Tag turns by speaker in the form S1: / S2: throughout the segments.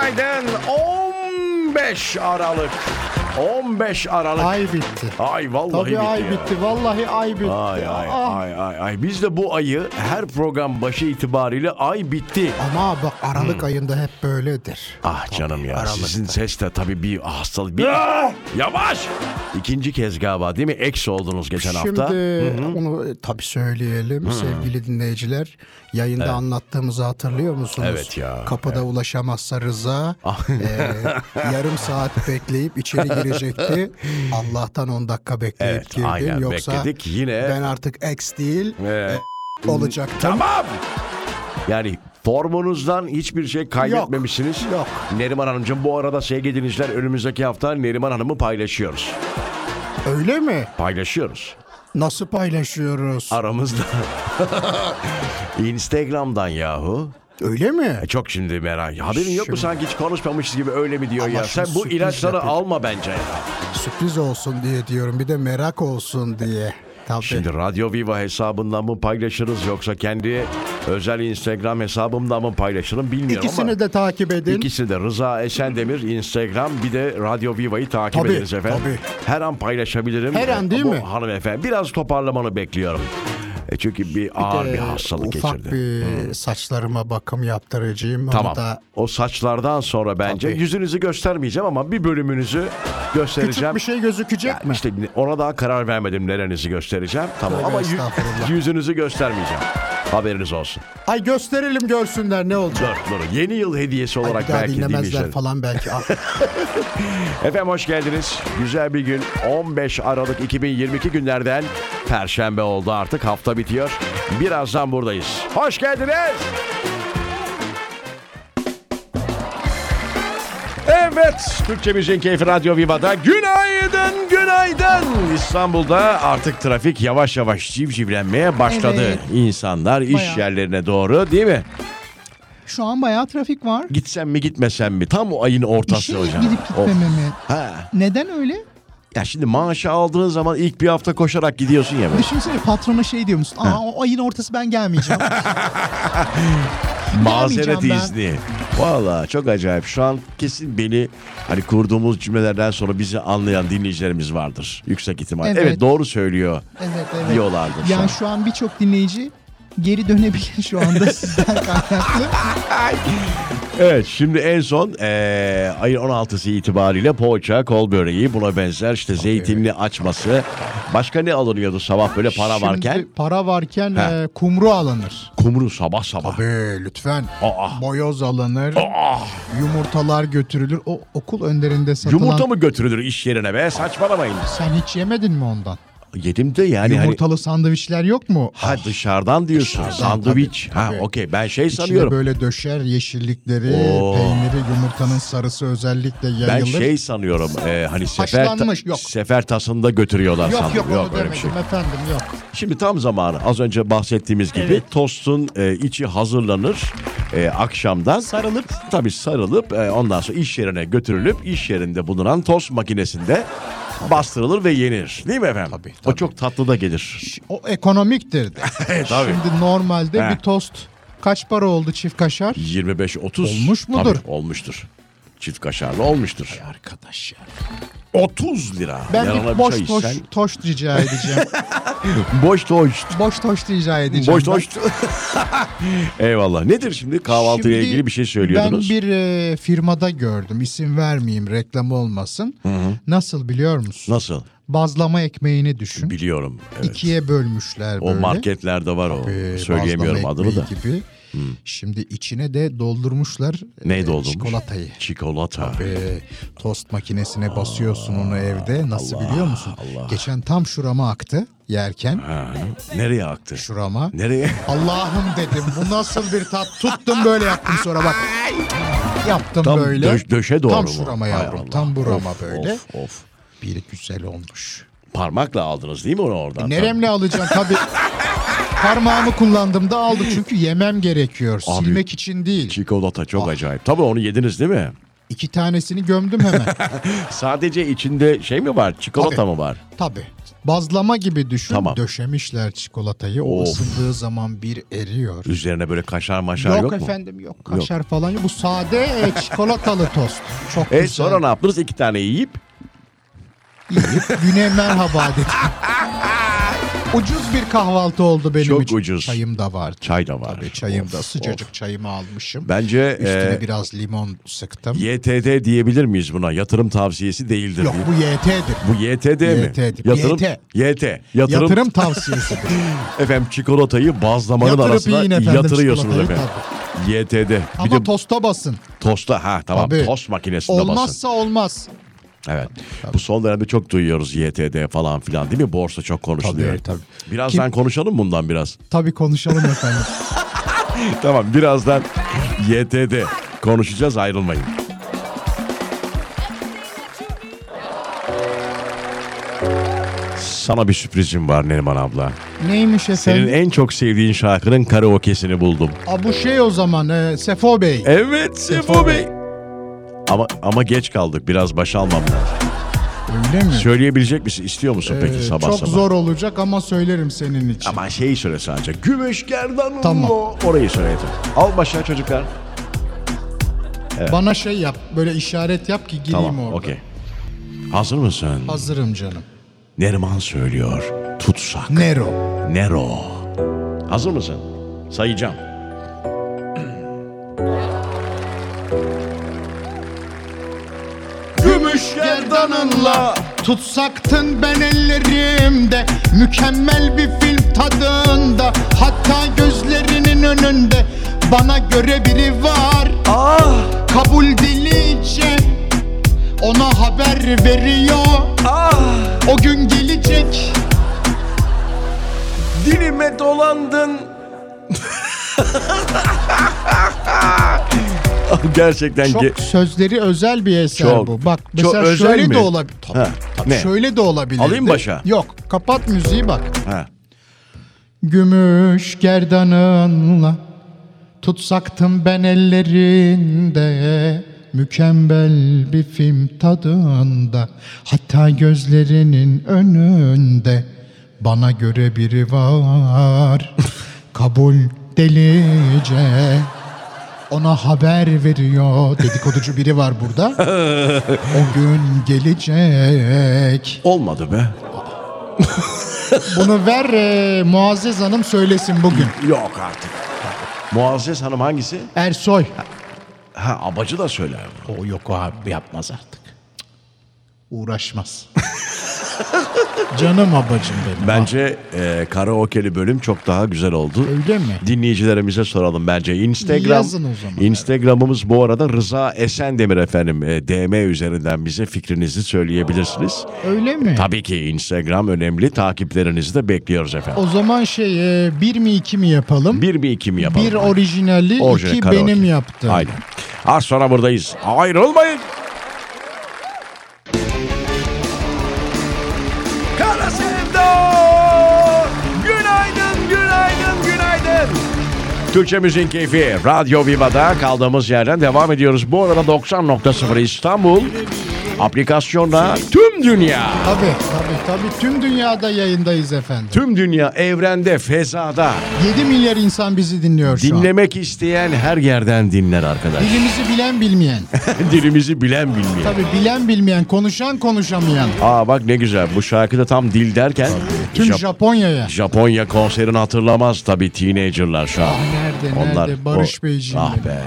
S1: günaydın. 15 Aralık. 15 Aralık.
S2: Ay bitti.
S1: Ay vallahi
S2: Tabii
S1: bitti
S2: ay
S1: ya.
S2: bitti. Vallahi ay bitti.
S1: Ay. Biz de bu ayı her program başı itibariyle ay bitti.
S2: Ama bak Aralık ayında hep böyledir.
S1: Ah canım ya,
S2: Aralık'ta.
S1: sizin ses de tabii bir hastalık. Yavaş. İkinci kez galiba değil mi? Eksi oldunuz geçen
S2: Şimdi
S1: hafta.
S2: onu tabii söyleyelim sevgili dinleyiciler. Yayında anlattığımızı hatırlıyor musunuz?
S1: Evet ya,
S2: Kapıda ulaşamazsa Rıza yarım saat bekleyip içeri girecekti. Allah'tan 10 dakika bekleyip
S1: Evet,
S2: girdim.
S1: aynen,
S2: Yoksa
S1: bekledik. Yine
S2: ben artık ex değil
S1: Ee,
S2: olacaktım.
S1: Tamam. Yani formunuzdan hiçbir şey kaybetmemişsiniz.
S2: Yok.
S1: Neriman Hanımcığım, bu arada sevgili dinleyiciler, önümüzdeki hafta Neriman Hanım'ı paylaşıyoruz.
S2: Öyle mi?
S1: Paylaşıyoruz.
S2: Nasıl paylaşıyoruz?
S1: Aramızda. Instagram'dan yahu.
S2: Öyle mi?
S1: Çok şimdi merak. Haberin yok mu,
S2: Şimdi-
S1: sanki hiç konuşmamışız gibi öyle mi diyor
S2: Ama
S1: ya. Sen
S2: şimdi
S1: bu
S2: sürpriz
S1: ilaçları
S2: yapayım.
S1: alma bence ya.
S2: Sürpriz olsun diye diyorum. Bir de merak olsun diye. Tabii.
S1: Şimdi Radyo Viva hesabından mı paylaşırız, yoksa kendi özel Instagram hesabımdan mı paylaşırım bilmiyorum
S2: İkisini
S1: ama.
S2: de takip edin.
S1: İkisi de Rıza Esendemir Instagram, bir de Radyo Viva'yı takip
S2: Tabii,
S1: ederiz efendim.
S2: tabii.
S1: Her an paylaşabilirim.
S2: Her an değil
S1: Bu
S2: mi?
S1: hanımefendi biraz toparlamanı bekliyorum. Çünkü bir ağır bir hastalık
S2: ufak
S1: geçirdi.
S2: bir saçlarıma bakım yaptıracağım.
S1: Tamam.
S2: Onu da
S1: O saçlardan sonra bence
S2: Tabii.
S1: yüzünüzü göstermeyeceğim ama bir bölümünüzü göstereceğim.
S2: küçük bir şey gözükecek mi?
S1: İşte ona daha karar vermedim, nerenizi göstereceğim. Tamam,
S2: Tövbe
S1: ama
S2: estağfurullah.
S1: yüzünüzü göstermeyeceğim. Haberiniz olsun.
S2: Ay gösterelim görsünler ne olacak?
S1: Dur. Yeni yıl hediyesi
S2: Ay,
S1: olarak
S2: bir daha
S1: belki
S2: dinlemezler
S1: dinleyiciler.
S2: falan belki.
S1: Efendim hoş geldiniz. Güzel bir gün. 15 Aralık 2022 günlerden Perşembe oldu artık. Hafta bitiyor. Birazdan buradayız. Hoş geldiniz. Evet, Türkçe Müziğin Keyfi Radyo Viva'da günaydın. İstanbul'da artık trafik yavaş yavaş civcivlenmeye başladı.
S3: Evet.
S1: İnsanlar iş
S3: Bayağı.
S1: yerlerine doğru, değil mi?
S3: Şu an bayağı trafik var.
S1: Gitsem mi gitmesem mi? Tam o ayın ortası
S3: İşe
S1: hocam.
S3: gidip
S1: Of.
S3: gitmeme mi?
S1: Ha.
S3: Neden öyle?
S1: Ya şimdi maaşı aldığın zaman ilk bir hafta koşarak gidiyorsun ya. Böyle.
S3: Düşünsene patrona şey diyor musun? O ayın ortası ben gelmeyeceğim.
S1: Mazeret
S3: Gelmeyeceğim ben.
S1: izni. Valla çok acayip. Şu an kesin beni hani kurduğumuz cümlelerden sonra bizi anlayan dinleyicilerimiz vardır. Yüksek ihtimal. Evet,
S3: Evet.
S1: doğru söylüyor
S3: Evet.
S1: diyorlardır.
S3: Yani şu an birçok dinleyici geri dönebilir şu anda sizden kaynaklı.
S1: Evet, şimdi en son ayın 16'sı itibariyle poğaça, kol böreği, buna benzer işte zeytinli açması. Başka ne alınıyordu sabah böyle para
S2: Şimdi
S1: varken?
S2: para varken
S1: He.
S2: kumru alınır.
S1: Kumru sabah.
S2: Tabii lütfen.
S1: Aa.
S2: Boyoz alınır. Yumurtalar götürülür. O okul önlerinde satılan.
S1: Yumurta mı götürülür iş yerine be? Saçmalamayın.
S2: Sen hiç yemedin mi ondan?
S1: Yedim de yani
S2: Yumurtalı sandviçler yok mu?
S1: hani... Ha, dışarıdan diyorsun.
S2: Dışarıdan,
S1: Sandviç.
S2: tabii,
S1: Ha,
S2: tabii.
S1: okey, ben şey
S2: İçine
S1: sanıyorum.
S2: böyle döşer yeşillikleri,
S1: Oo.
S2: peyniri, yumurtanın sarısı özellikle yayılır.
S1: Ben şey sanıyorum, hani
S2: Haşlanmış, yok.
S1: sefer tasında götürüyorlar
S2: Yok
S1: sandım.
S2: yok onu
S1: öyle bir
S2: demedim
S1: şey.
S2: efendim yok.
S1: Şimdi tam zamanı, az önce bahsettiğimiz gibi
S2: Evet.
S1: tostun içi hazırlanır akşamdan.
S3: Sarılıp
S1: Tabii sarılıp ondan sonra iş yerine götürülüp iş yerinde bulunan tost makinesinde bastırılır ve yenir. Değil mi efendim?
S2: Tabii,
S1: O
S2: tabii.
S1: çok tatlı da gelir.
S2: O ekonomiktir de.
S1: Tabii.
S2: Şimdi normalde
S1: He.
S2: bir tost kaç para oldu çift kaşar?
S1: 25-30.
S2: Olmuş mudur?
S1: Tabii, olmuştur. Çift kaşarlı olmuştur.
S2: Arkadaş ya.
S1: 30 lira.
S2: Ben
S1: Yanına
S2: bir boş
S1: çay içsen-
S2: tost rica edeceğim.
S1: Boş tost.
S2: boş tost rica edeceğim.
S1: Boş tost. Eyvallah. Nedir şimdi kahvaltıyla
S2: Şimdi
S1: ilgili bir şey söylüyordunuz?
S2: Ben bir firmada gördüm. İsim vermeyeyim, reklam olmasın. Nasıl biliyor musun?
S1: Nasıl?
S2: Bazlama ekmeğini düşün.
S1: Biliyorum. Evet.
S2: İkiye bölmüşler böyle.
S1: O marketlerde var o. Söyleyemiyorum
S2: Bazlama
S1: adını da.
S2: ekmeği gibi. Şimdi içine de doldurmuşlar.
S1: Neyi doldurmuş?
S2: Çikolatayı.
S1: Çikolata.
S2: Tost makinesine basıyorsun onu evde. Nasıl biliyor musun?
S1: Allah.
S2: Geçen tam şurama aktı yerken.
S1: Ha, nereye aktı?
S2: Şurama.
S1: Nereye?
S2: Allah'ım dedim bu nasıl bir tat. Tuttum böyle yaptım sonra bak. Yaptım
S1: Tam
S2: böyle.
S1: döşe doğru
S2: Tam
S1: mu?
S2: şurama
S1: Hay
S2: yavrum.
S1: Allah.
S2: Tam burama
S1: Of,
S2: böyle.
S1: Of.
S2: Bir güzel olmuş.
S1: Parmakla aldınız değil mi onu oradan?
S2: Neremle alacağım tabii. Parmağımı kullandım da aldım çünkü yemem gerekiyor.
S1: Abi,
S2: Silmek için değil.
S1: Çikolata çok acayip. Tabii onu yediniz değil mi?
S2: 2 tanesini gömdüm hemen.
S1: Sadece içinde şey mi var? Çikolata
S2: Tabii.
S1: mı var?
S2: Tabii. Bazlama gibi düşün.
S1: Tamam.
S2: Döşemişler çikolatayı. O
S1: Of.
S2: ısındığı zaman bir eriyor.
S1: Üzerine böyle kaşar maşar yok mu?
S2: Efendim yok. Kaşar falan yok. Bu sade çikolatalı tost. Çok güzel.
S1: Sonra ne yaptınız? 2 tane yiyip
S2: Yiyip güne merhaba dedim. Ucuz bir kahvaltı oldu benim
S1: Çok
S2: için.
S1: ucuz.
S2: Çayım da vardı.
S1: çay da var.
S2: Tabii çayım da
S1: Of,
S2: sıcacık
S1: of.
S2: çayımı almışım.
S1: Bence
S2: Üstüne biraz limon sıktım.
S1: YTD diyebilir miyiz buna? Yatırım tavsiyesi değildir.
S2: Yok
S1: diye.
S2: bu YT'dir.
S1: Bu YTD mi?
S2: YT'dir.
S1: Yatırım,
S2: YT.
S1: Yatırım
S2: tavsiyesidir.
S1: Efendim çikolatayı bazlamanın
S2: Yatırıp
S1: arasına
S2: yiyin efendim
S1: yatırıyorsunuz
S2: çikolatayı,
S1: efendim. YTD. Bir
S2: Ama
S1: de
S2: tosta basın.
S1: tosta tamam
S2: Tabii.
S1: tost makinesinde basın.
S2: Olmazsa olmaz.
S1: Evet. Bu son dönemde çok duyuyoruz YTD falan filan değil mi? Borsa çok konuşuluyor.
S2: Tabii.
S1: Birazdan konuşalım bundan biraz.
S2: Tabii konuşalım efendim.
S1: Tamam birazdan YTD konuşacağız, ayrılmayın. Sana bir sürprizim var Neriman abla.
S2: Neymiş efendim?
S1: Senin en çok sevdiğin şarkının karaoke'sini buldum.
S2: Bu şey o zaman Sefo Bey.
S1: Evet Sefo Bey. Ama geç kaldık. Biraz baş almam lazım.
S2: Öyle mi?
S1: Söyleyebilecek misin? İstiyor musun peki sabah
S2: çok
S1: sabah?
S2: zor olacak ama söylerim senin için.
S1: Ama şeyi söyle sadece. Gümüş gerdanım
S2: Tamam.
S1: Orayı söyle yeter. Al başa çocuklar.
S2: Bana şey yap, böyle işaret yap ki gireyim
S1: Tamam
S2: orada.
S1: okey. Hazır mısın?
S2: Hazırım canım.
S1: Neriman söylüyor. Tutsak.
S2: Nero.
S1: Hazır mısın? Sayacağım. Gümüş gerdanınla
S2: Tutsaktın ben ellerimde, mükemmel bir film tadında. Hatta gözlerinin önünde bana göre biri var. Kabul dilice ona haber veriyor. O gün gelecek.
S1: dilime dolandın. Gerçekten
S2: Çok sözleri özel bir eser
S1: Çok.
S2: bu. Bak
S1: Çok
S2: mesela
S1: özel
S2: şöyle
S1: mi?
S2: de olabilir.
S1: Ha, ne?
S2: Şöyle de olabilir.
S1: Alayım başa.
S2: Yok, kapat müziği bak.
S1: Ha.
S2: Gümüş gerdanınla tutsaktım ben ellerinde, mükemmel bir film tadında. Hatta gözlerinin önünde bana göre biri var. Kabul delice ona haber veriyor. Dedikoducu biri var burada. O gün gelecek.
S1: Olmadı be.
S2: Bunu ver Muazzez Hanım söylesin bugün.
S1: Yok artık. Muazzez Hanım hangisi?
S2: Ersoy.
S1: Abacı da söyler.
S2: O yok, o abi yapmaz artık. Uğraşmaz. Canım abacım benim.
S1: Bence karaoke'li bölüm çok daha güzel oldu.
S2: Öyle mi?
S1: Dinleyicilerimize soralım bence.
S2: Yazın o zaman.
S1: Instagram'ımız bu arada Rıza Esendemir efendim. DM üzerinden bize fikrinizi söyleyebilirsiniz.
S2: Öyle mi?
S1: Tabii ki Instagram önemli. Takiplerinizi de bekliyoruz efendim.
S2: O zaman bir mi iki mi yapalım?
S1: Bir mi iki mi yapalım?
S2: Bir orijinali,
S1: Orijinal
S2: iki
S1: karaoke.
S2: benim yaptığım.
S1: Aynen. Az sonra buradayız. Ayrılmayın. Kara Sevda! Günaydın. Türkçe Müziğin Keyfi Radyo Viva'da kaldığımız yerden devam ediyoruz. Bu arada 90.0 İstanbul aplikasyonla tüm dünya.
S2: Tabii. Tüm dünyada yayındayız efendim.
S1: Tüm dünya evrende, fezada.
S2: 7 milyar insan bizi dinliyor şu an.
S1: Dinlemek isteyen her yerden dinler arkadaş.
S2: Dilimizi bilen bilmeyen.
S1: Dilimizi bilen bilmeyen.
S2: Tabii bilen bilmeyen, konuşan konuşamayan.
S1: Bak ne güzel. Bu şarkıda tam dil derken
S2: Tüm Japonya'ya.
S1: Japonya konserini hatırlamaz tabii teenagerlar şu an.
S2: Nerede? Barış Beyciğim.
S1: Ah be.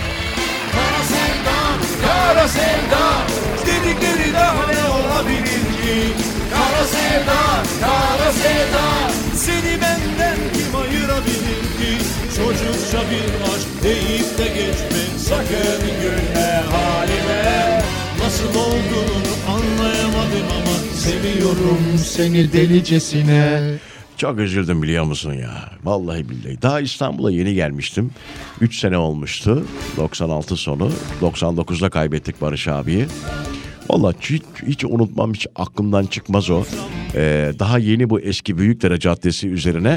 S4: Kara sevda, dedikleri daha ne olabilir ki? Kara sevda, seni benden kim ayırabilir ki? Çocukça bir aşk deyip de geçme, sakın gülme halime. Nasıl olduğunu anlayamadım ama seviyorum
S2: Seni delicesine.
S1: Çok üzüldüm biliyor musun ya? Vallahi billahi. Daha İstanbul'a yeni gelmiştim. 3 sene olmuştu. 96 sonu. 99'da kaybettik Barış abiyi. Vallahi hiç unutmam, hiç aklımdan çıkmaz o. Daha yeni bu eski Büyükdere Caddesi üzerine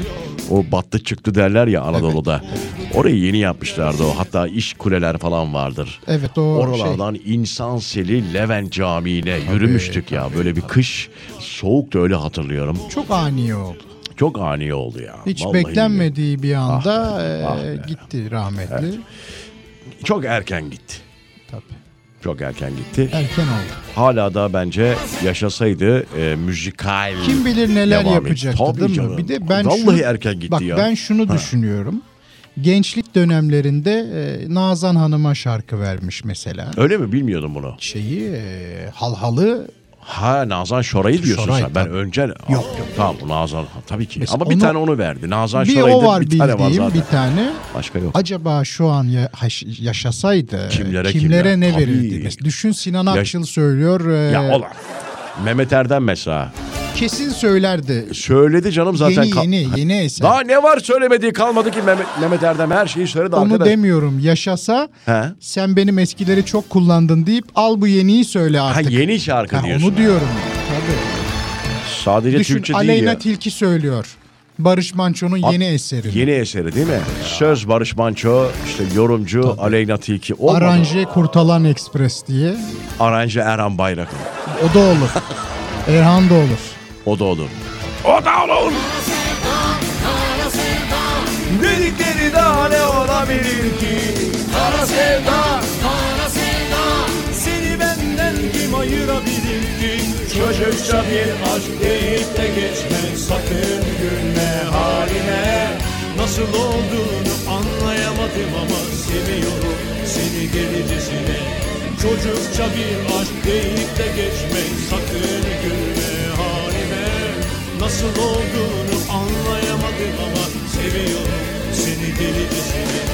S1: O battı çıktı derler ya Anadolu'da. Orayı yeni yapmışlardı o. Hatta iş kuleler falan vardır.
S2: Evet, o
S1: Oralardan insan seli Levent Camii'ne yürümüştük ya. Böyle bir kış, soğuktu, öyle hatırlıyorum.
S2: çok ani oldu.
S1: Çok ani oldu ya.
S2: Hiç
S1: Vallahi
S2: beklenmediği bir anda
S1: be.
S2: gitti rahmetli.
S1: çok erken gitti.
S2: Tabii.
S1: Çok erken gitti.
S2: Erken oldu.
S1: Hala da bence yaşasaydı müzikal
S2: Kim bilir neler
S1: devam
S2: yapacaktı,
S1: Tabii
S2: değil mi?
S1: canım.
S2: Bir de ben
S1: Vallahi erken gitti
S2: bak,
S1: ya.
S2: ben şunu düşünüyorum. Gençlik dönemlerinde Nazan Hanım'a şarkı vermiş mesela.
S1: Öyle mi? Bilmiyordum bunu.
S2: Halhalı.
S1: Ha, Nazan Şoray'ı diyorsun
S2: Şoray,
S1: sen. Ben
S2: tabii.
S1: önce...
S2: Yok.
S1: Tamam, Nazan tabii ki.
S2: Mesela
S1: Ama bir
S2: onu-
S1: tane onu verdi. Nazan
S2: Bir
S1: Şoray'da
S2: o var
S1: bir tane var
S2: bildiğim,
S1: zaten.
S2: bir tane.
S1: Başka yok.
S2: Acaba şu an yaşasaydı
S1: Kimlere
S2: kimlere ne
S1: Tabii.
S2: verirdi? Mesela düşün, Sinan Akçıl söylüyor.
S1: Ya olan. Mehmet Erdem mesela.
S2: Kesin söylerdi.
S1: Söyledi canım zaten.
S2: Yeni eser.
S1: Daha ne var söylemediği kalmadı ki Mehmet Erdem her şeyi söyledi
S2: Onu
S1: arkadaş.
S2: demiyorum. Yaşasa
S1: He?
S2: sen benim eskileri çok kullandın deyip al bu yeniyi söyle
S1: Ha,
S2: artık.
S1: yeni şarkı diyorsun.
S2: Onu diyorum. Tabii.
S1: Sadece
S2: Düşün,
S1: Türkçe değil
S2: Aleyna
S1: ya.
S2: Tilki söylüyor. Barış Manço'nun yeni eseri.
S1: Yeni eseri değil mi? Söz Barış Manço, işte yorumcu Aleyna Tilki. Olmadı.
S2: Aranje Kurtalan Ekspres diye.
S1: Aranje Erhan Bayrak'ın.
S2: O da olur. Erhan da olur.
S1: O da olur. O da olur.
S4: Dedikleri daha ne olabilir ki? Kara sevda, kara sevda. Seni benden kim ayırabilir ki? Çocukça bir aşk deyip de geçme. Sakın gülme haline. Nasıl olduğunu anlayamadım ama seviyorum seni delicesine. Çocukça bir aşk deyip de geçme. Sakın gülme halime. Nasıl olduğunu anlayamadım ama seviyorum seni delicesine.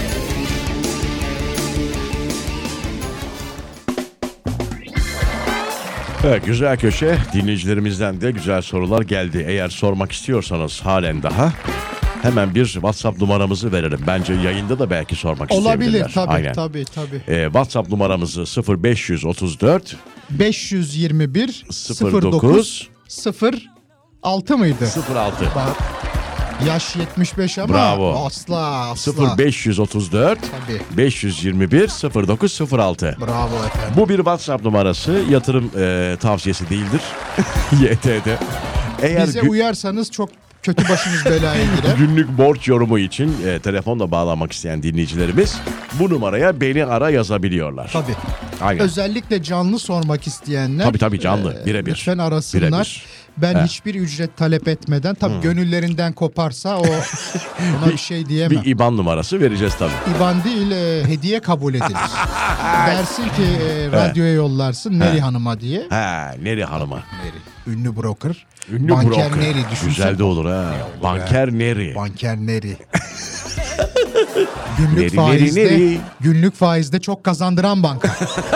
S1: Evet, güzel köşe. Dinleyicilerimizden de güzel sorular geldi. Eğer sormak istiyorsanız halen daha hemen bir WhatsApp numaramızı verelim. Bence yayında da belki sormak
S2: Olabilir
S1: isteyebilirler.
S2: tabii,
S1: Aynen.
S2: tabii.
S1: WhatsApp numaramızı 0534
S2: 521
S1: 09
S2: 06 mıydı?
S1: 06
S2: Bak, yaş 75 ama
S1: Bravo.
S2: asla.
S1: 0534
S2: Tabii.
S1: 521 0906.
S2: Bravo efendim.
S1: Bu bir WhatsApp numarası. Yatırım tavsiyesi değildir. YT'de. Eğer
S2: Bize uyarsanız çok kötü başınız belaya girer.
S1: günlük borç yorumu için telefonla bağlanmak isteyen dinleyicilerimiz bu numaraya beni ara yazabiliyorlar.
S2: Tabii.
S1: Aynen.
S2: Özellikle canlı sormak isteyenler.
S1: Tabii canlı, birebir.
S2: Lütfen arasınlar.
S1: Birebir.
S2: Ben hiçbir ücret talep etmeden, tabii gönüllerinden koparsa ona bir şey diyemem.
S1: Bir IBAN numarası vereceğiz tabii.
S2: İban değil, hediye kabul edilir. Dersin ki radyoya yollarsın Neri Hanım'a diye.
S1: Ha, Neri Hanım'a.
S2: Neri. Ünlü broker.
S1: Ünlü
S2: Banker
S1: broker.
S2: Neri. Düşünsene.
S1: Güzel de olur ha. Banker Neri.
S2: Banker Neri. Günlük
S1: Neri,
S2: faizde,
S1: Neri.
S2: günlük faizde çok kazandıran banka.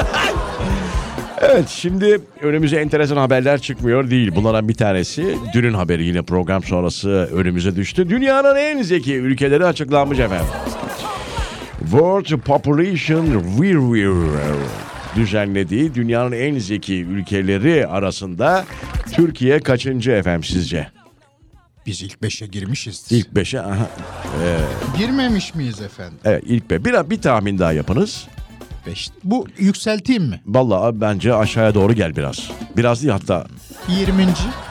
S1: Evet, şimdi önümüze enteresan haberler çıkmıyor değil. Bunlardan bir tanesi dünün haberi, yine program sonrası önümüze düştü. Dünyanın en zeki ülkeleri açıklanmış efendim. World Population Review düzenlediği dünyanın en zeki ülkeleri arasında Türkiye kaçıncı efendim sizce?
S2: Biz ilk 5'e girmişiz.
S1: İlk 5'e.
S2: Girmemiş miyiz efendim?
S1: Evet, ilk 5. Bir tahmin daha yapınız.
S2: 5. Bu yükselteyim mi?
S1: Vallahi bence aşağıya doğru gel biraz. Biraz değil, hatta
S2: 20.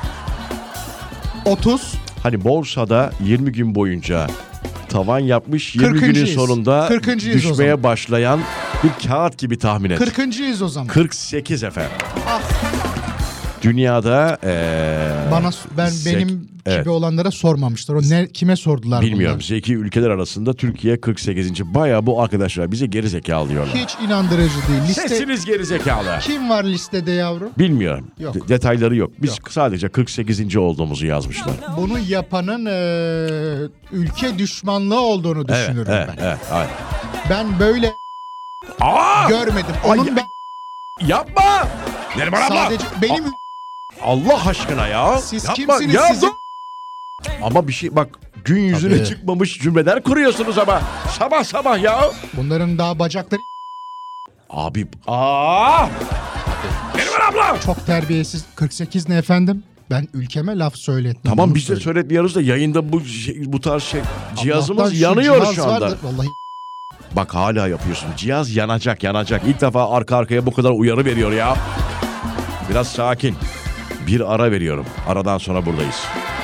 S2: 30.
S1: hani borsada 20 gün boyunca tavan yapmış, 20 günün
S2: 40'ıncıyız.
S1: sonunda
S2: 40'ıncıyız o
S1: düşmeye
S2: zaman.
S1: başlayan bir kağıt gibi tahmin et.
S2: 40'ıncıyız o zaman.
S1: 48 efendim.
S2: Ah.
S1: Dünyada
S2: Benim
S1: evet.
S2: gibi olanlara sormamışlar. Kime sordular
S1: bilmiyorum,
S2: bunlar?
S1: zeki ülkeler arasında Türkiye 48. Bayağı bu arkadaşlar bize geri zekalı diyorlar.
S2: Hiç inandırıcı değil.
S1: Sesiniz geri zekalı.
S2: Kim var listede yavrum?
S1: Bilmiyorum.
S2: Yok.
S1: Detayları yok. Biz sadece 48. olduğumuzu yazmışlar.
S2: Bunu yapanın ülke düşmanlığı olduğunu düşünürüm
S1: Evet,
S2: ben.
S1: evet, evet.
S2: Ben böyle görmedim. Onun
S1: Yapma! Neriman abla!
S2: sadece benim
S1: Allah aşkına ya.
S2: siz
S1: Yapma.
S2: kimsiniz?
S1: Ya
S2: Sizin...
S1: dur. Ama bir şey bak, gün yüzüne
S2: Tabii.
S1: çıkmamış cümleler kuruyorsunuz ama. Sabah sabah ya.
S2: Bunların daha bacakları
S1: Abi. Neriman abla!
S2: çok terbiyesiz. 48 ne efendim? Ben ülkeme laf söylettim.
S1: Tamam
S2: bunu
S1: biz de
S2: söyleyeyim.
S1: söyletmiyoruz da yayında bu tarz cihazımız
S2: Allah'tan şu
S1: yanıyor
S2: cihaz
S1: şu anda.
S2: vardır. Vallahi
S1: Bak hala yapıyorsun. Cihaz yanacak. İlk defa arka arkaya bu kadar uyarı veriyor ya. Biraz sakin. Bir ara veriyorum. Aradan sonra buradayız.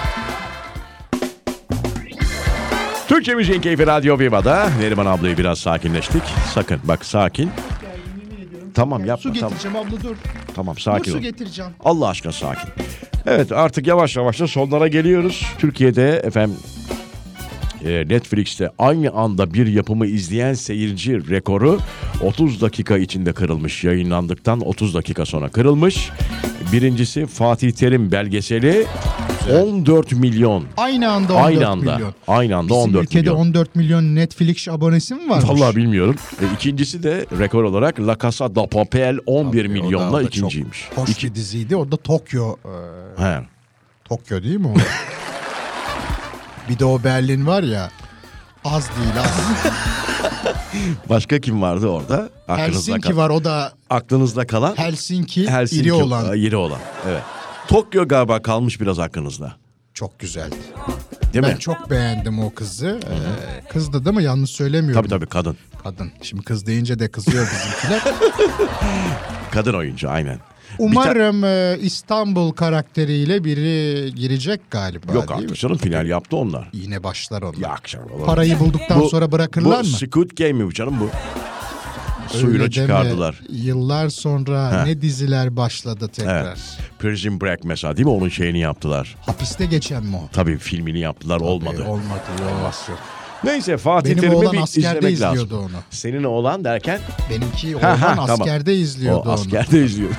S1: Türkçe Müziğin Keyfi Radyo Viva'da. Neriman ablayı biraz sakinleştik. Sakın bak sakin. Tamam yapma.
S3: Su
S1: Tamam,
S3: getireceğim abla dur.
S1: tamam
S3: Dur
S1: sakin
S3: su
S1: ol.
S3: getireceğim.
S1: Allah aşkına sakin. Evet artık yavaş yavaş da sonlara geliyoruz. Türkiye'de efendim Netflix'te aynı anda bir yapımı izleyen seyirci rekoru 30 dakika içinde kırılmış. Yayınlandıktan 30 dakika sonra kırılmış. Birincisi Fatih Terim belgeseli 14 milyon.
S2: aynı anda 14 milyon.
S1: Aynı anda
S2: Bizim
S1: 14
S2: ülkede
S1: milyon.
S2: 14 milyon Netflix abonesi mi varmış?
S1: Vallahi bilmiyorum. İkincisi de rekor olarak La Casa de Papel 11
S2: Tabii,
S1: milyonla
S2: o da
S1: ikinciymiş.
S2: Çok hoş bir diziydi. Orada Tokyo.
S1: He.
S2: Tokyo değil mi o? Bir de o Berlin var ya. Az değil az.
S1: Başka kim vardı orada?
S2: Helsinki var, o da
S1: Aklınızda kalan?
S2: Helsinki iri olan.
S1: İri olan. Evet. Tokyo galiba kalmış biraz aklınızda.
S2: Çok güzeldi.
S1: Değil
S2: Ben
S1: mi?
S2: çok beğendim o kızı. Kızdı değil mi? Yanlış söylemiyorum.
S1: Tabii kadın.
S2: Kadın. Şimdi kız deyince de kızıyor bizimkiler.
S1: Kadın oyuncu aynen.
S2: Umarım İstanbul karakteriyle biri girecek galiba.
S1: Yok
S2: değil mi?
S1: artık canım final yaptı onlar.
S2: Yine başlar onlar.
S1: Ya akşam olur.
S2: Parayı bulduktan sonra bırakırlar mı?
S1: Bu Squid Game mi bu canım bu?
S2: Öyle
S1: Suyunu
S2: deme.
S1: çıkardılar.
S2: Yıllar sonra
S1: Heh.
S2: ne diziler başladı tekrar.
S1: Evet. Prison Break mesela değil mi? Onun şeyini yaptılar.
S2: Hapiste geçen mi o?
S1: Tabii filmini yaptılar olmadı.
S2: Olmadı. Yok.
S1: Neyse Fatih
S2: Benim
S1: Terim'i
S2: oğlan
S1: bir
S2: askerde
S1: izlemek lazım.
S2: izliyordu onu.
S1: Senin oğlan derken?
S2: Benimki oğlan
S1: tamam.
S2: askerde izliyordu
S1: O
S2: onu.
S1: askerde izliyor.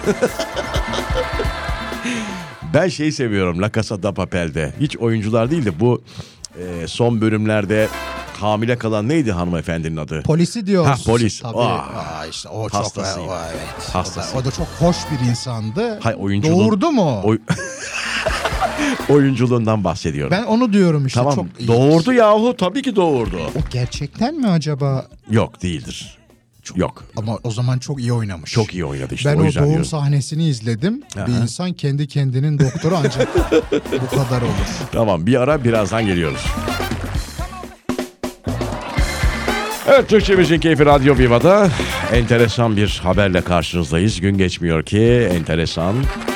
S1: Ben şeyi seviyorum La Casa de Papel'de. Hiç oyuncular değil de bu son bölümlerde hamile kalan neydi hanımefendinin adı?
S2: Polisi diyoruz.
S1: Ha, polis.
S2: Tabii.
S1: Ah.
S2: İşte o çok
S1: Hastasıyım.
S2: evet.
S1: Hastasıyım.
S2: O da çok hoş bir insandı.
S1: Hay, oyunculuğun-
S2: Doğurdu mu?
S1: Oyunculuğundan bahsediyorum.
S2: Ben onu diyorum işte.
S1: Tamam.
S2: Çok iyi.
S1: Doğurdu yahu tabii ki doğurdu.
S2: O gerçekten mi acaba?
S1: Yok değildir. Yok.
S2: Ama o zaman çok iyi oynamış.
S1: Çok iyi oynadı işte.
S2: Ben
S1: o
S2: o
S1: yüzden
S2: doğum
S1: diyorum.
S2: sahnesini izledim.
S1: Aha.
S2: Bir insan kendi kendinin doktoru ancak bu kadar olur.
S1: Tamam bir ara birazdan geliyoruz. Evet Türkçe Müziğin Keyfi Radyo Viva'da enteresan bir haberle karşınızdayız. Gün geçmiyor ki enteresan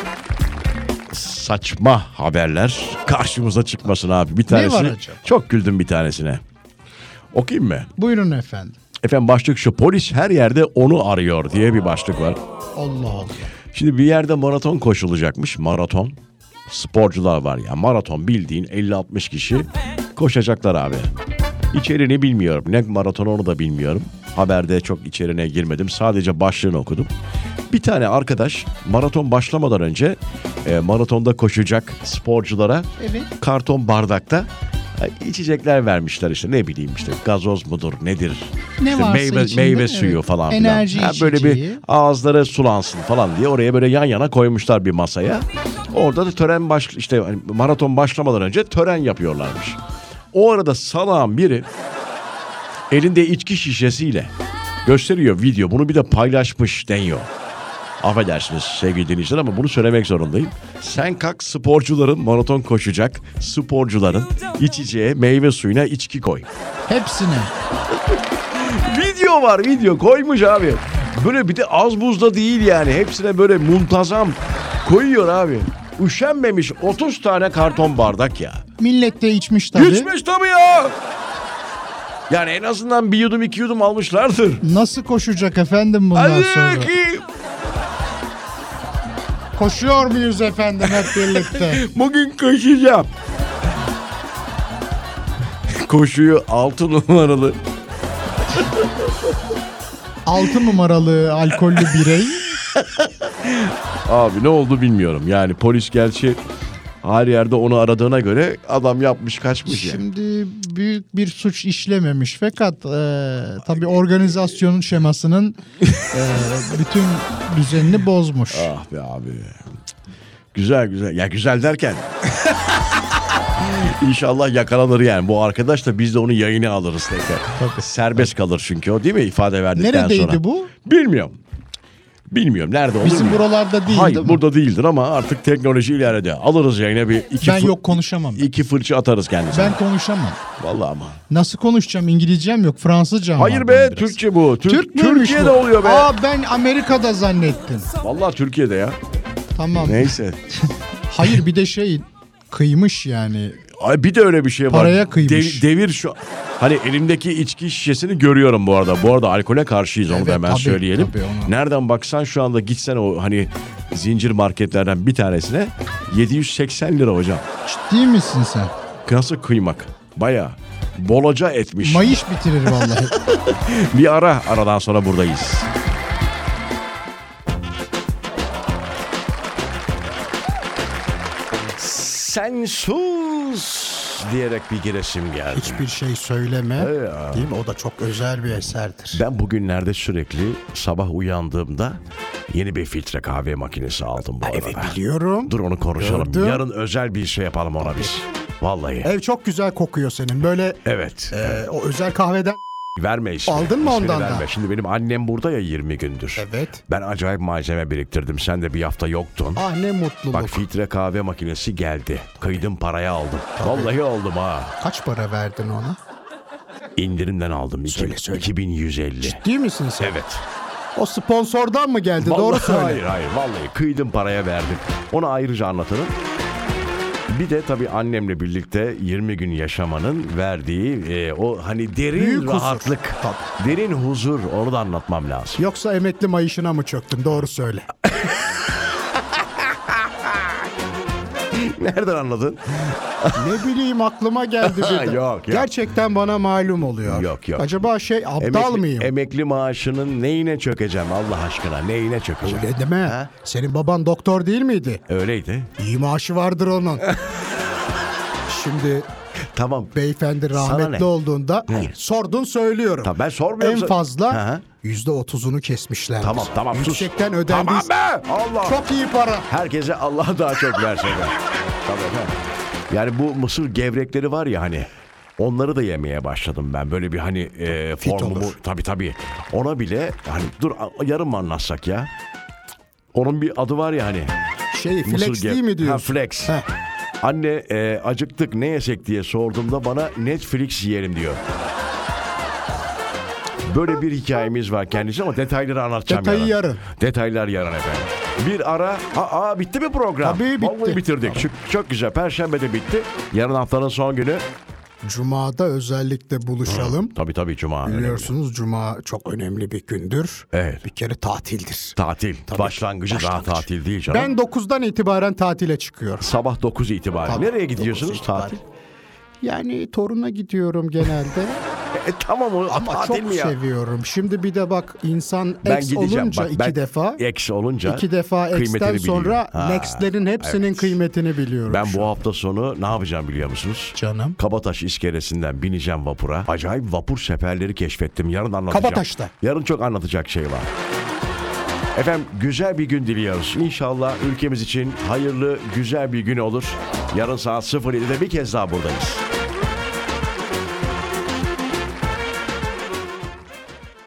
S1: saçma haberler karşımıza çıkmasın abi. Bir tanesi
S2: var acaba?
S1: çok güldüm bir tanesine. Okuyayım mı?
S2: Buyurun efendim.
S1: Efendim başlık şu: polis her yerde onu arıyor diye bir başlık var.
S2: Allah Allah.
S1: Şimdi bir yerde maraton koşulacakmış. Maraton. Sporcular var ya. Maraton bildiğin 50-60 kişi koşacaklar abi. İçeriğini bilmiyorum. Ne maraton onu da bilmiyorum. Haberde çok içeriğine girmedim. Sadece başlığını okudum. Bir tane arkadaş maraton başlamadan önce maratonda koşacak sporculara
S3: Evet.
S1: karton bardakta içecekler vermişler işte, ne bileyim işte gazoz mudur nedir,
S3: Ne
S1: işte
S3: varsa içinde,
S1: meyve suyu
S3: evet.
S1: falan filan.
S3: Enerji
S1: Böyle bir
S3: içeceği.
S1: ağızları sulansın falan diye oraya böyle yan yana koymuşlar bir masaya. Orada da tören işte maraton başlamadan önce tören yapıyorlarmış. O arada salağın biri elinde içki şişesiyle gösteriyor video. Bunu bir de paylaşmış deniyor. Affedersiniz sevgili dinleyiciler ama bunu söylemek zorundayım. Sen kalk sporcuların, maraton koşacak sporcuların içeceği meyve suyuna içki koy.
S2: Hepsine.
S1: Video var, video koymuş abi. Böyle bir de az buzda değil yani. Hepsine böyle muntazam koyuyor abi. Üşenmemiş 30 tane karton bardak ya.
S2: Millet de içmiş tabii.
S1: İçmiş tabii ya. Yani en azından bir yudum 2 yudum almışlardır.
S2: Nasıl koşacak efendim bundan sonra?
S1: Hadi ki.
S2: Koşuyor muyuz efendim hep birlikte?
S1: Bugün koşacağım. Koşuyu 6 numaralı
S2: 6 numaralı alkollü birey.
S1: abi ne oldu bilmiyorum. Yani polis gerçi her yerde onu aradığına göre adam yapmış kaçmış yani.
S2: Şimdi büyük bir suç işlememiş fakat tabii organizasyonun şemasının bütün düzenini bozmuş.
S1: Ah be abi. Güzel güzel. Ya güzel derken İnşallah yakalanır yani. Bu arkadaş da biz de onu yayına alırız tekrar.
S2: Tabii.
S1: Serbest kalır çünkü o değil mi ifade verdikten
S2: Neredeydi
S1: sonra.
S2: bu?
S1: Bilmiyorum. Bilmiyorum nerede olur.
S3: Bizim buralarda değil,
S1: Hayır
S3: değil mi?
S1: burada değildir ama artık teknoloji ilerledi. Alırız yayına bir
S3: Ben yok konuşamam.
S1: 2 fırça atarız kendisine.
S3: Ben konuşamam.
S1: Vallahi ama.
S3: Nasıl konuşacağım? İngilizcem yok. Fransızcam var
S1: Hayır
S3: benim
S1: be
S3: biraz.
S1: Türkçe bu.
S3: Türk müymüş
S1: Türkiye'de
S3: bu?
S1: oluyor be.
S3: Aa, ben Amerika'da zannettim.
S1: Vallahi Türkiye'de ya.
S3: Tamam.
S1: Neyse.
S3: Hayır, bir de kıymış yani.
S1: Ay bir de öyle bir şey var.
S3: Paraya kıymış.
S1: Devir şu. Hani elimdeki içki şişesini görüyorum bu arada. Bu arada alkole karşıyız onu da
S3: Evet,
S1: hemen
S3: tabii,
S1: söyleyelim.
S3: tabii onu.
S1: Nereden baksan şu anda gitsen o hani zincir marketlerden bir tanesine 780 lira hocam.
S3: Ciddi misin sen?
S1: Nasıl kıymak? Bayağı bolaca etmiş.
S3: Mayış bitirir vallahi.
S1: Bir aradan sonra buradayız. Sen sus diyerek bir giresim geldi.
S2: Hiçbir şey söyleme. Değil mi? O da çok özel bir eserdir.
S1: Ben bugünlerde sürekli sabah uyandığımda yeni bir filtre kahve makinesi aldım bu arada.
S2: Evet, biliyorum.
S1: Dur onu konuşalım.
S2: Gördüm.
S1: Yarın özel bir şey yapalım ona biz. Vallahi.
S2: Ev çok güzel kokuyor senin. Böyle
S1: Evet.
S2: o özel kahveden.
S1: Verme ismini.
S2: Aldın mı
S1: İsmini
S2: ondan da?
S1: verme. Şimdi benim annem burada ya 20 gündür.
S2: Evet.
S1: Ben acayip malzeme biriktirdim. Sen de bir hafta yoktun.
S2: Ah ne mutluluk.
S1: Bak filtre kahve makinesi geldi. Kıydım paraya aldım. Vallahi aldım ha.
S2: Kaç para verdin ona?
S1: İndirimden aldım.
S2: Söyle.
S1: 2150.
S2: Değil misin sen?
S1: Evet.
S2: O sponsordan mı geldi?
S1: Vallahi
S2: Doğru söyle.
S1: Hayır. Vallahi kıydım paraya verdim. Onu ayrıca anlatırım. Bir de tabii annemle birlikte 20 gün yaşamanın verdiği o hani derin
S2: Büyük huzur.
S1: rahatlık, derin huzur onu da anlatmam lazım.
S2: Yoksa emekli mayışına mı çöktün? Doğru söyle.
S1: Nereden anladın?
S2: Ne bileyim, aklıma geldi birden.
S1: Yok.
S2: Gerçekten bana malum oluyor.
S1: Yok.
S2: Acaba aptal mıyım?
S1: Emekli maaşının neyine çökeceğim Allah aşkına? Neyine çökeceğim?
S2: Öyle deme.
S1: Ha?
S2: Senin baban doktor değil miydi?
S1: Öyleydi.
S2: İyi maaşı vardır onun. Şimdi
S1: Tamam.
S2: beyefendi
S1: Sana ne?
S2: rahmetli olduğunda sordun söylüyorum.
S1: Tamam ben sormuyorum.
S2: En fazla
S1: Hı.
S2: %30'unu kesmişler.
S1: Tamam sus.
S2: Yüksekten ödendiği.
S1: Tamam be! Allah!
S2: Çok iyi para.
S1: Herkese Allah daha çok versin. Tamam. Yani bu mısır gevrekleri var ya hani. Onları da yemeye başladım ben. Böyle bir hani formumu.
S2: olur.
S1: Tabii. Ona bile hani dur yarın mı anlatsak ya? Onun bir adı var ya hani.
S2: Flex değil mi diyorsun?
S1: Ha flex.
S2: Heh.
S1: Anne acıktık ne yesek diye sorduğumda bana Netflix yiyelim diyor. Böyle bir hikayemiz var kendisi ama detayları anlatacağım
S2: Detayı yarın.
S1: Detaylar yarın efendim. Bir ara. Bitti mi program?
S2: Tabii bitti.
S1: Vallahi bitirdik. Çok güzel. Perşembe de bitti. Yarın haftanın son günü.
S2: Cuma'da özellikle buluşalım.
S1: Tabii Cuma.
S2: Biliyorsunuz Cuma çok önemli bir gündür.
S1: Evet.
S2: Bir kere tatildir.
S1: Tatil. Başlangıcı daha tatil değil canım.
S2: Ben 9'dan itibaren tatile çıkıyorum.
S1: Sabah 9 itibariyle.
S2: Tabii,
S1: Nereye gidiyorsunuz
S2: 9 itibaren.
S1: tatil?
S2: Yani toruna gidiyorum genelde.
S1: Tamam o
S2: Ama
S1: tatil
S2: çok
S1: mi ya?
S2: seviyorum. Şimdi bir de bak insan
S1: Ben
S2: ex
S1: gideceğim.
S2: olunca
S1: Bak,
S2: iki defa.
S1: Ex olunca.
S2: 2 defa
S1: kıymetini
S2: ex'ten
S1: biliyorum.
S2: sonra
S1: Ha,
S2: next'lerin hepsinin
S1: evet.
S2: kıymetini biliyorum.
S1: Ben
S2: şu
S1: bu
S2: an.
S1: hafta sonu ne yapacağım biliyor musunuz?
S2: Canım.
S1: Kabataş iskelesinden bineceğim vapura. Acayip vapur seferleri keşfettim. Yarın anlatacağım.
S2: Kabataş'ta.
S1: Yarın çok anlatacak şey var. Efendim güzel bir gün diliyoruz. İnşallah ülkemiz için hayırlı, güzel bir gün olur. Yarın saat 07'de bir kez daha buradayız.